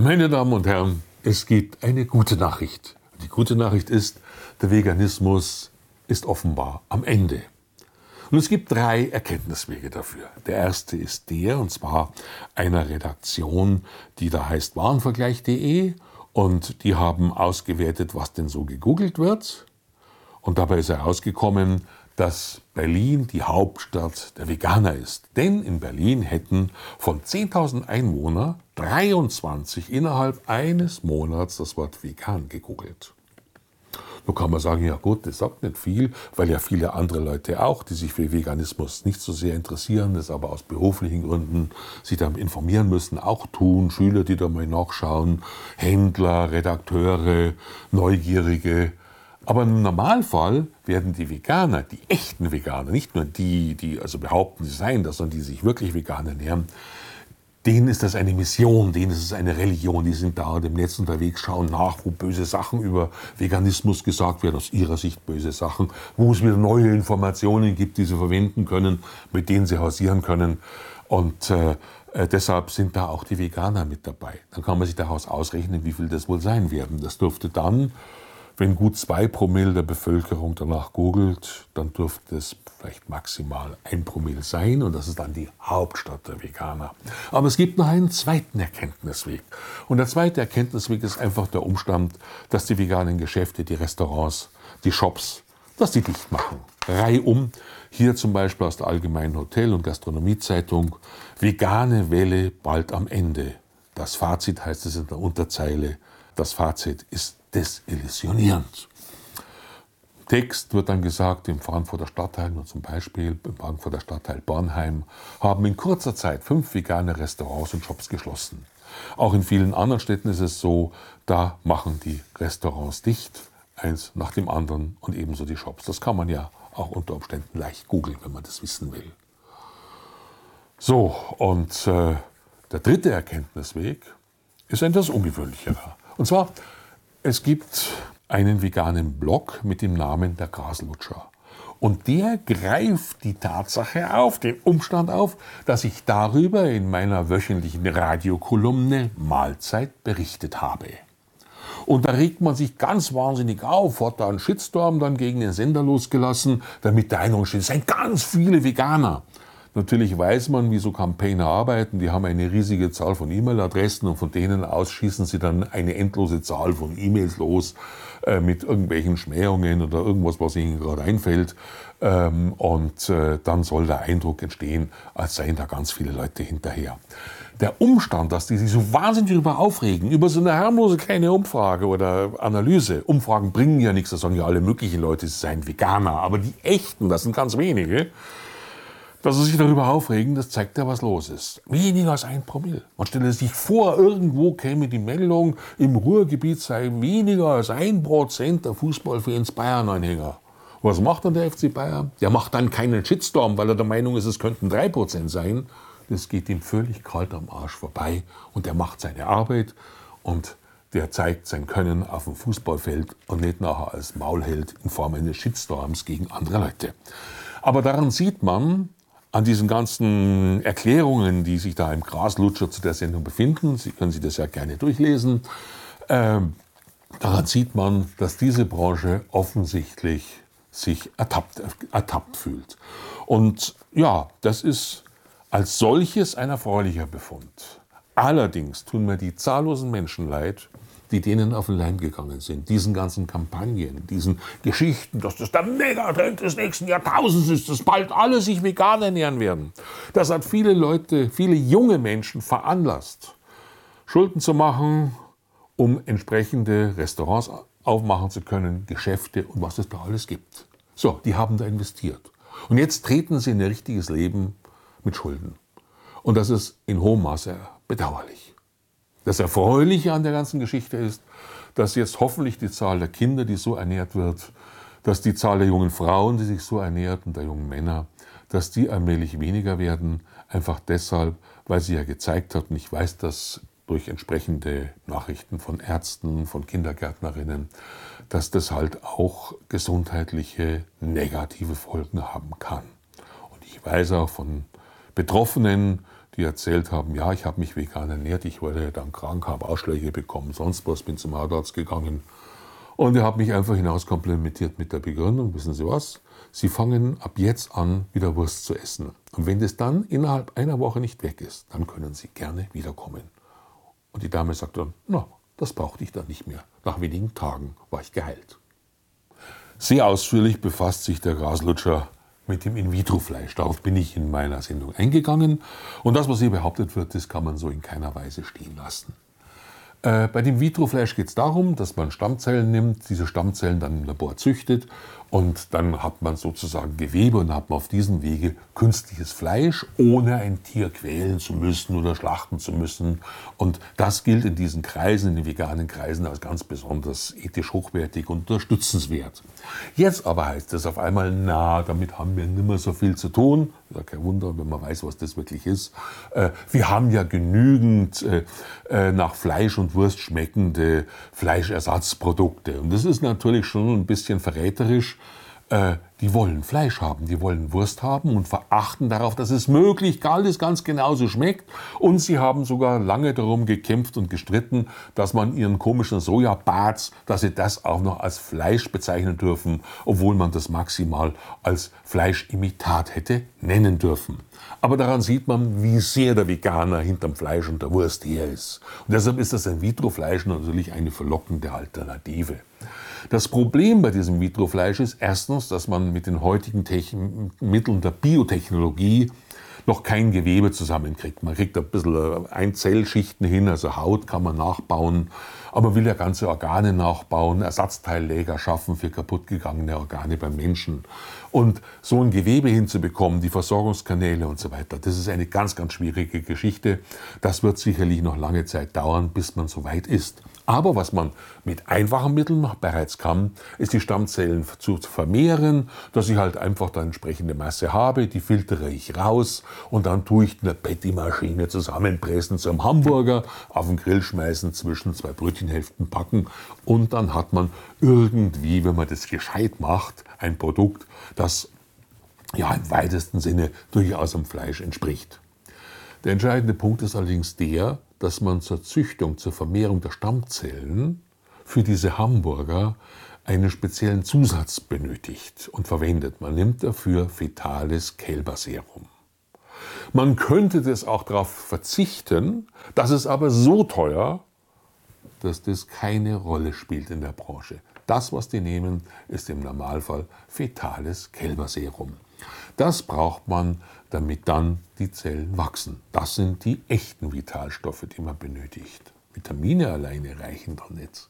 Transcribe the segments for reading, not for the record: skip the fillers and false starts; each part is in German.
Meine Damen und Herren, es gibt eine gute Nachricht. Die gute Nachricht ist, der Veganismus ist offenbar am Ende. Und es gibt 3 Erkenntniswege dafür. Der erste ist der, und zwar einer Redaktion, die da heißt warenvergleich.de, und die haben ausgewertet, was denn so gegoogelt wird. Und dabei ist herausgekommen, dass Berlin die Hauptstadt der Veganer ist. Denn in Berlin hätten von 10.000 Einwohnern 23 innerhalb eines Monats das Wort vegan gegoogelt. Nun kann man sagen, ja gut, das sagt nicht viel, weil ja viele andere Leute auch, die sich für Veganismus nicht so sehr interessieren, das aber aus beruflichen Gründen sich dann informieren müssen, auch tun. Schüler, die da mal nachschauen, Händler, Redakteure, Neugierige. Aber im Normalfall werden die Veganer, die echten Veganer, nicht nur die also behaupten, sie seien das, sondern die sich wirklich vegan ernähren, denen ist das eine Mission, denen ist es eine Religion, die sind da im Netz unterwegs, schauen nach, wo böse Sachen über Veganismus gesagt werden, aus ihrer Sicht böse Sachen, wo es wieder neue Informationen gibt, die sie verwenden können, mit denen sie hausieren können. Und deshalb sind da auch die Veganer mit dabei. Dann kann man sich daraus ausrechnen, wie viel das wohl sein werden. Das dürfte dann, wenn gut 2 Promille der Bevölkerung danach googelt, dann dürfte es vielleicht maximal 1 Promille sein, und das ist dann die Hauptstadt der Veganer. Aber es gibt noch einen zweiten Erkenntnisweg. Und der zweite Erkenntnisweg ist einfach der Umstand, dass die veganen Geschäfte, die Restaurants, die Shops, dass die dicht machen. Reihum. Hier zum Beispiel aus der Allgemeinen Hotel- und Gastronomiezeitung: Vegane Welle bald am Ende. Das Fazit heißt es in der Unterzeile. Das Fazit ist desillusionierend. Text wird dann gesagt, im Frankfurter Stadtteil, nur zum Beispiel im Frankfurter Stadtteil Bornheim, haben in kurzer Zeit 5 vegane Restaurants und Shops geschlossen. Auch in vielen anderen Städten ist es so, da machen die Restaurants dicht, eins nach dem anderen, und ebenso die Shops. Das kann man ja auch unter Umständen leicht googeln, wenn man das wissen will. So, und der dritte Erkenntnisweg ist ein etwas ungewöhnlicherer. Und zwar, es gibt einen veganen Blog mit dem Namen der Graslutscher. Und der greift die Tatsache auf, den Umstand auf, dass ich darüber in meiner wöchentlichen Radiokolumne Mahlzeit berichtet habe. Und da regt man sich ganz wahnsinnig auf, hat da einen Shitstorm dann gegen den Sender losgelassen, damit der Eindruck steht, es seien ganz viele Veganer. Natürlich weiß man, wie so Campaigner arbeiten. Die haben eine riesige Zahl von E-Mail-Adressen, und von denen aus schießen sie dann eine endlose Zahl von E-Mails los mit irgendwelchen Schmähungen oder irgendwas, was ihnen gerade einfällt. Und dann soll der Eindruck entstehen, als seien da ganz viele Leute hinterher. Der Umstand, dass die sich so wahnsinnig darüber aufregen, über so eine harmlose kleine Umfrage oder Analyse. Umfragen bringen ja nichts, da sagen ja alle möglichen Leute, sie seien Veganer. Aber die echten, das sind ganz wenige, dass sie sich darüber aufregen, das zeigt ja, was los ist. Weniger als 1 Promille. Man stelle sich vor, irgendwo käme die Meldung, im Ruhrgebiet sei weniger als 1% der Fußballfans Bayern-Anhänger. Was macht dann der FC Bayern? Der macht dann keinen Shitstorm, weil er der Meinung ist, es könnten 3% sein. Das geht ihm völlig kalt am Arsch vorbei, und er macht seine Arbeit, und der zeigt sein Können auf dem Fußballfeld und nicht nachher als Maulheld in Form eines Shitstorms gegen andere Leute. Aber daran sieht man, an diesen ganzen Erklärungen, die sich da im Graslutscher zu der Sendung befinden, Sie können sich das ja gerne durchlesen, daran sieht man, dass diese Branche offensichtlich sich ertappt fühlt. Und ja, das ist als solches ein erfreulicher Befund. Allerdings tun mir die zahllosen Menschen leid, die denen auf den Leim gegangen sind, diesen ganzen Kampagnen, diesen Geschichten, dass das der Megatrend des nächsten Jahrtausends ist, dass bald alle sich vegan ernähren werden. Das hat viele Leute, viele junge Menschen veranlasst, Schulden zu machen, um entsprechende Restaurants aufmachen zu können, Geschäfte und was es da alles gibt. So, die haben da investiert. Und jetzt treten sie in ein richtiges Leben mit Schulden. Und das ist in hohem Maße bedauerlich. Das Erfreuliche an der ganzen Geschichte ist, dass jetzt hoffentlich die Zahl der Kinder, die so ernährt wird, dass die Zahl der jungen Frauen, die sich so ernährt, und der jungen Männer, dass die allmählich weniger werden, einfach deshalb, weil sie ja gezeigt hat, und ich weiß das durch entsprechende Nachrichten von Ärzten, von Kindergärtnerinnen, dass das halt auch gesundheitliche negative Folgen haben kann. Und ich weiß auch von Betroffenen, die erzählt haben, ja, ich habe mich vegan ernährt, ich wurde dann krank, habe Ausschläge bekommen, sonst was, bin zum Hautarzt gegangen. Und er hat mich einfach hinauskomplimentiert mit der Begründung, wissen Sie was, Sie fangen ab jetzt an, wieder Wurst zu essen. Und wenn das dann innerhalb einer Woche nicht weg ist, dann können Sie gerne wiederkommen. Und die Dame sagt dann, na, das brauchte ich dann nicht mehr. Nach wenigen Tagen war ich geheilt. Sehr ausführlich befasst sich der Graslutscher mit dem In-vitro-Fleisch. Darauf bin ich in meiner Sendung eingegangen. Und das, was hier behauptet wird, das kann man so in keiner Weise stehen lassen. Bei dem Vitro-Fleisch geht es darum, dass man Stammzellen nimmt, diese Stammzellen dann im Labor züchtet und dann hat man sozusagen Gewebe und hat man auf diesem Wege künstliches Fleisch, ohne ein Tier quälen zu müssen oder schlachten zu müssen. Und das gilt in diesen Kreisen, in den veganen Kreisen, als ganz besonders ethisch hochwertig und unterstützenswert. Jetzt aber heißt es auf einmal, na, damit haben wir nicht mehr so viel zu tun. Ja, kein Wunder, wenn man weiß, was das wirklich ist. Wir haben ja genügend nach Fleisch und Wurst schmeckende Fleischersatzprodukte. Und das ist natürlich schon ein bisschen verräterisch. Die wollen Fleisch haben, die wollen Wurst haben und verachten darauf, dass es möglichst alles ganz genauso schmeckt. Und sie haben sogar lange darum gekämpft und gestritten, dass man ihren komischen Sojabarts, dass sie das auch noch als Fleisch bezeichnen dürfen, obwohl man das maximal als Fleischimitat hätte nennen dürfen. Aber daran sieht man, wie sehr der Veganer hinterm Fleisch und der Wurst her ist. Und deshalb ist das In-vitro-Fleisch natürlich eine verlockende Alternative. Das Problem bei diesem Vitrofleisch ist erstens, dass man mit den heutigen Mitteln der Biotechnologie noch kein Gewebe zusammenkriegt. Man kriegt ein bisschen Einzellschichten hin, also Haut kann man nachbauen, aber man will ja ganze Organe nachbauen, Ersatzteilläger schaffen für kaputtgegangene Organe beim Menschen. Und so ein Gewebe hinzubekommen, die Versorgungskanäle und so weiter, das ist eine ganz, ganz schwierige Geschichte. Das wird sicherlich noch lange Zeit dauern, bis man so weit ist. Aber was man mit einfachen Mitteln noch bereits kann, ist die Stammzellen zu vermehren, dass ich halt einfach die entsprechende Masse habe, die filtere ich raus und dann tue ich eine Patty-Maschine zusammenpressen zu einem Hamburger, auf den Grill schmeißen, zwischen zwei Brötchenhälften packen und dann hat man irgendwie, wenn man das gescheit macht, ein Produkt, das ja im weitesten Sinne durchaus am Fleisch entspricht. Der entscheidende Punkt ist allerdings der, dass man zur Züchtung, zur Vermehrung der Stammzellen für diese Hamburger einen speziellen Zusatz benötigt und verwendet. Man nimmt dafür fetales Kälberserum. Man könnte das auch darauf verzichten, das ist aber so teuer, dass das keine Rolle spielt in der Branche. Das, was die nehmen, ist im Normalfall fetales Kälberserum. Das braucht man, damit dann die Zellen wachsen. Das sind die echten Vitalstoffe, die man benötigt. Vitamine alleine reichen dann nicht.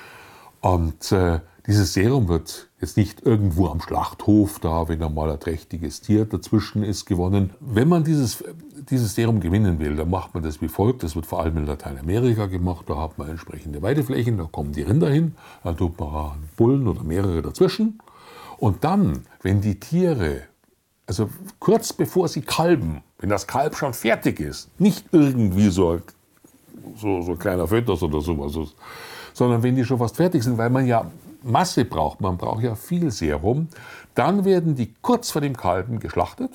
Und dieses Serum wird jetzt nicht irgendwo am Schlachthof, da wenn einmal ein trächtiges Tier dazwischen ist, gewonnen. Wenn man dieses Serum gewinnen will, dann macht man das wie folgt. Das wird vor allem in Lateinamerika gemacht. Da hat man entsprechende Weideflächen, da kommen die Rinder hin, dann tut man einen Bullen oder mehrere dazwischen. Und dann, wenn die Tiere, also kurz bevor sie kalben, wenn das Kalb schon fertig ist, nicht irgendwie so ein kleiner Fötus oder sowas, sondern wenn die schon fast fertig sind, weil man ja Masse braucht, man braucht ja viel Serum, dann werden die kurz vor dem Kalben geschlachtet,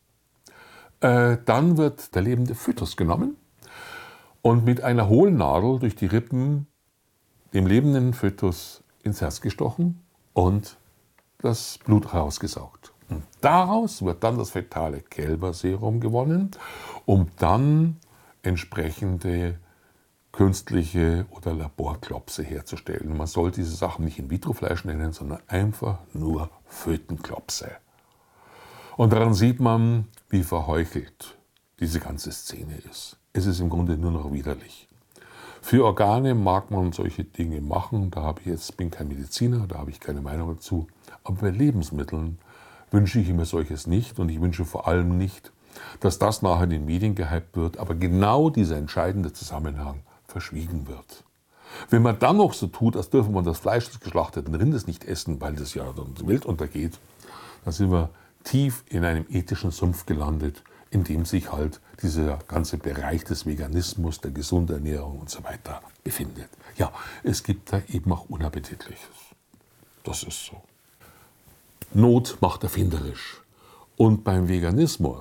dann wird der lebende Fötus genommen und mit einer Hohlnadel durch die Rippen dem lebenden Fötus ins Herz gestochen und das Blut herausgesaugt. Und daraus wird dann das fetale Kälberserum gewonnen, um dann entsprechende künstliche oder Laborklopse herzustellen. Und man soll diese Sachen nicht In-vitro-Fleisch nennen, sondern einfach nur Fötenklopse. Und daran sieht man, wie verheuchelt diese ganze Szene ist. Es ist im Grunde nur noch widerlich. Für Organe mag man solche Dinge machen, bin kein Mediziner, da habe ich keine Meinung dazu. Aber bei Lebensmitteln wünsche ich mir solches nicht und ich wünsche vor allem nicht, dass das nachher in den Medien gehypt wird, aber genau dieser entscheidende Zusammenhang verschwiegen wird. Wenn man dann noch so tut, als dürfe man das Fleisch des geschlachteten Rindes nicht essen, weil das ja dann die Welt untergeht, dann sind wir tief in einem ethischen Sumpf gelandet, in dem sich halt dieser ganze Bereich des Veganismus, der gesunden Ernährung und so weiter befindet. Ja, es gibt da eben auch Unappetitliches. Das ist so. Not macht erfinderisch. Und beim Veganismus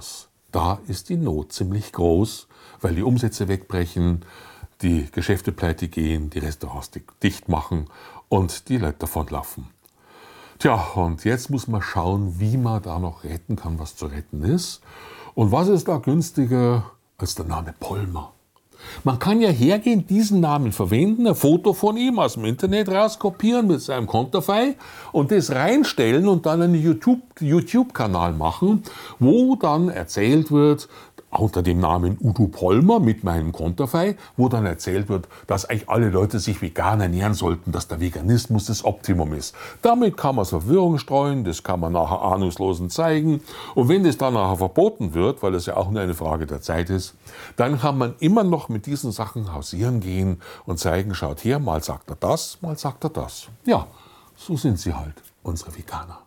Da ist die Not ziemlich groß, weil die Umsätze wegbrechen, die Geschäfte pleite gehen, die Restaurants dicht machen und die Leute davonlaufen. Tja, und jetzt muss man schauen, wie man da noch retten kann, was zu retten ist. Und was ist da günstiger als der Name Pollmer? Man kann ja hergehen, diesen Namen verwenden, ein Foto von ihm aus dem Internet rauskopieren mit seinem Konterfei und das reinstellen und dann einen YouTube-Kanal machen, wo dann erzählt wird, unter dem Namen Udo Pollmer mit meinem Konterfei, wo dann erzählt wird, dass eigentlich alle Leute sich vegan ernähren sollten, dass der Veganismus das Optimum ist. Damit kann man Verwirrung streuen, das kann man nachher Ahnungslosen zeigen. Und wenn das dann nachher verboten wird, weil das ja auch nur eine Frage der Zeit ist, dann kann man immer noch mit diesen Sachen hausieren gehen und zeigen, schaut her, mal sagt er das, mal sagt er das. Ja, so sind sie halt, unsere Veganer.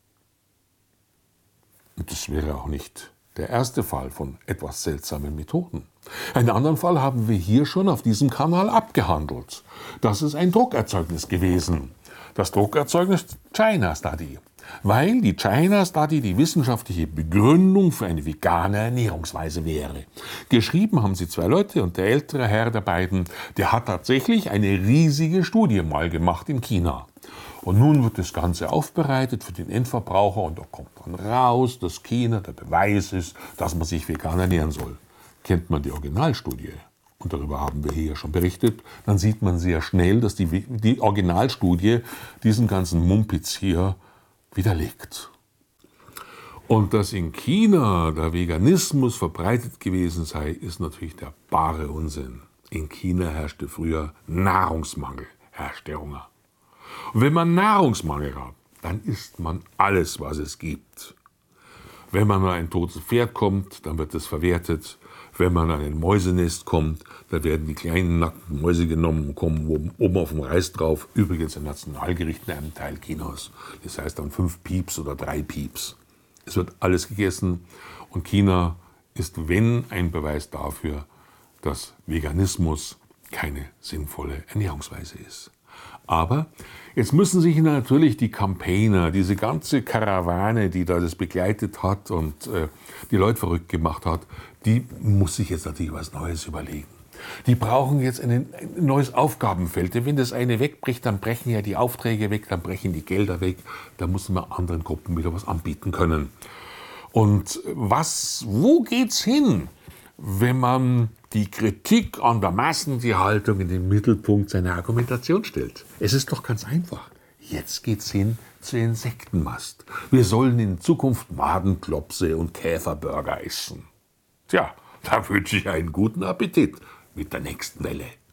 Und das wäre auch nicht der erste Fall von etwas seltsamen Methoden. Einen anderen Fall haben wir hier schon auf diesem Kanal abgehandelt. Das ist ein Druckerzeugnis gewesen. Das Druckerzeugnis China Study. Weil die China Study die wissenschaftliche Begründung für eine vegane Ernährungsweise wäre. Geschrieben haben sie zwei Leute und der ältere Herr der beiden, der hat tatsächlich eine riesige Studie mal gemacht in China. Und nun wird das Ganze aufbereitet für den Endverbraucher und da kommt dann raus, dass China der Beweis ist, dass man sich vegan ernähren soll. Kennt man die Originalstudie, und darüber haben wir hier schon berichtet, dann sieht man sehr schnell, dass die Originalstudie diesen ganzen Mumpitz hier widerlegt. Und dass in China der Veganismus verbreitet gewesen sei, ist natürlich der bare Unsinn. In China herrschte früher Nahrungsmangel, herrschte Hunger. Und wenn man Nahrungsmangel hat, dann isst man alles, was es gibt. Wenn man an ein totes Pferd kommt, dann wird es verwertet. Wenn man an ein Mäusenest kommt, dann werden die kleinen nackten Mäuse genommen und kommen oben auf dem Reis drauf. Übrigens ein Nationalgericht in einem Teil Chinas. Das heißt dann 5 Pieps oder 3 Pieps. Es wird alles gegessen und China ist, wenn, ein Beweis dafür, dass Veganismus keine sinnvolle Ernährungsweise ist. Aber jetzt müssen sich natürlich die Campaigner, diese ganze Karawane, die da das begleitet hat und die Leute verrückt gemacht hat, die muss sich jetzt natürlich was Neues überlegen. Die brauchen jetzt ein neues Aufgabenfeld. Denn wenn das eine wegbricht, dann brechen ja die Aufträge weg, dann brechen die Gelder weg. Da muss man anderen Gruppen wieder was anbieten können. Und wo geht's hin, wenn man die Kritik an der Massentierhaltung in den Mittelpunkt seiner Argumentation stellt? Es ist doch ganz einfach. Jetzt geht's hin zur Insektenmast. Wir sollen in Zukunft Madenklopse und Käferburger essen. Tja, da wünsche ich einen guten Appetit mit der nächsten Welle.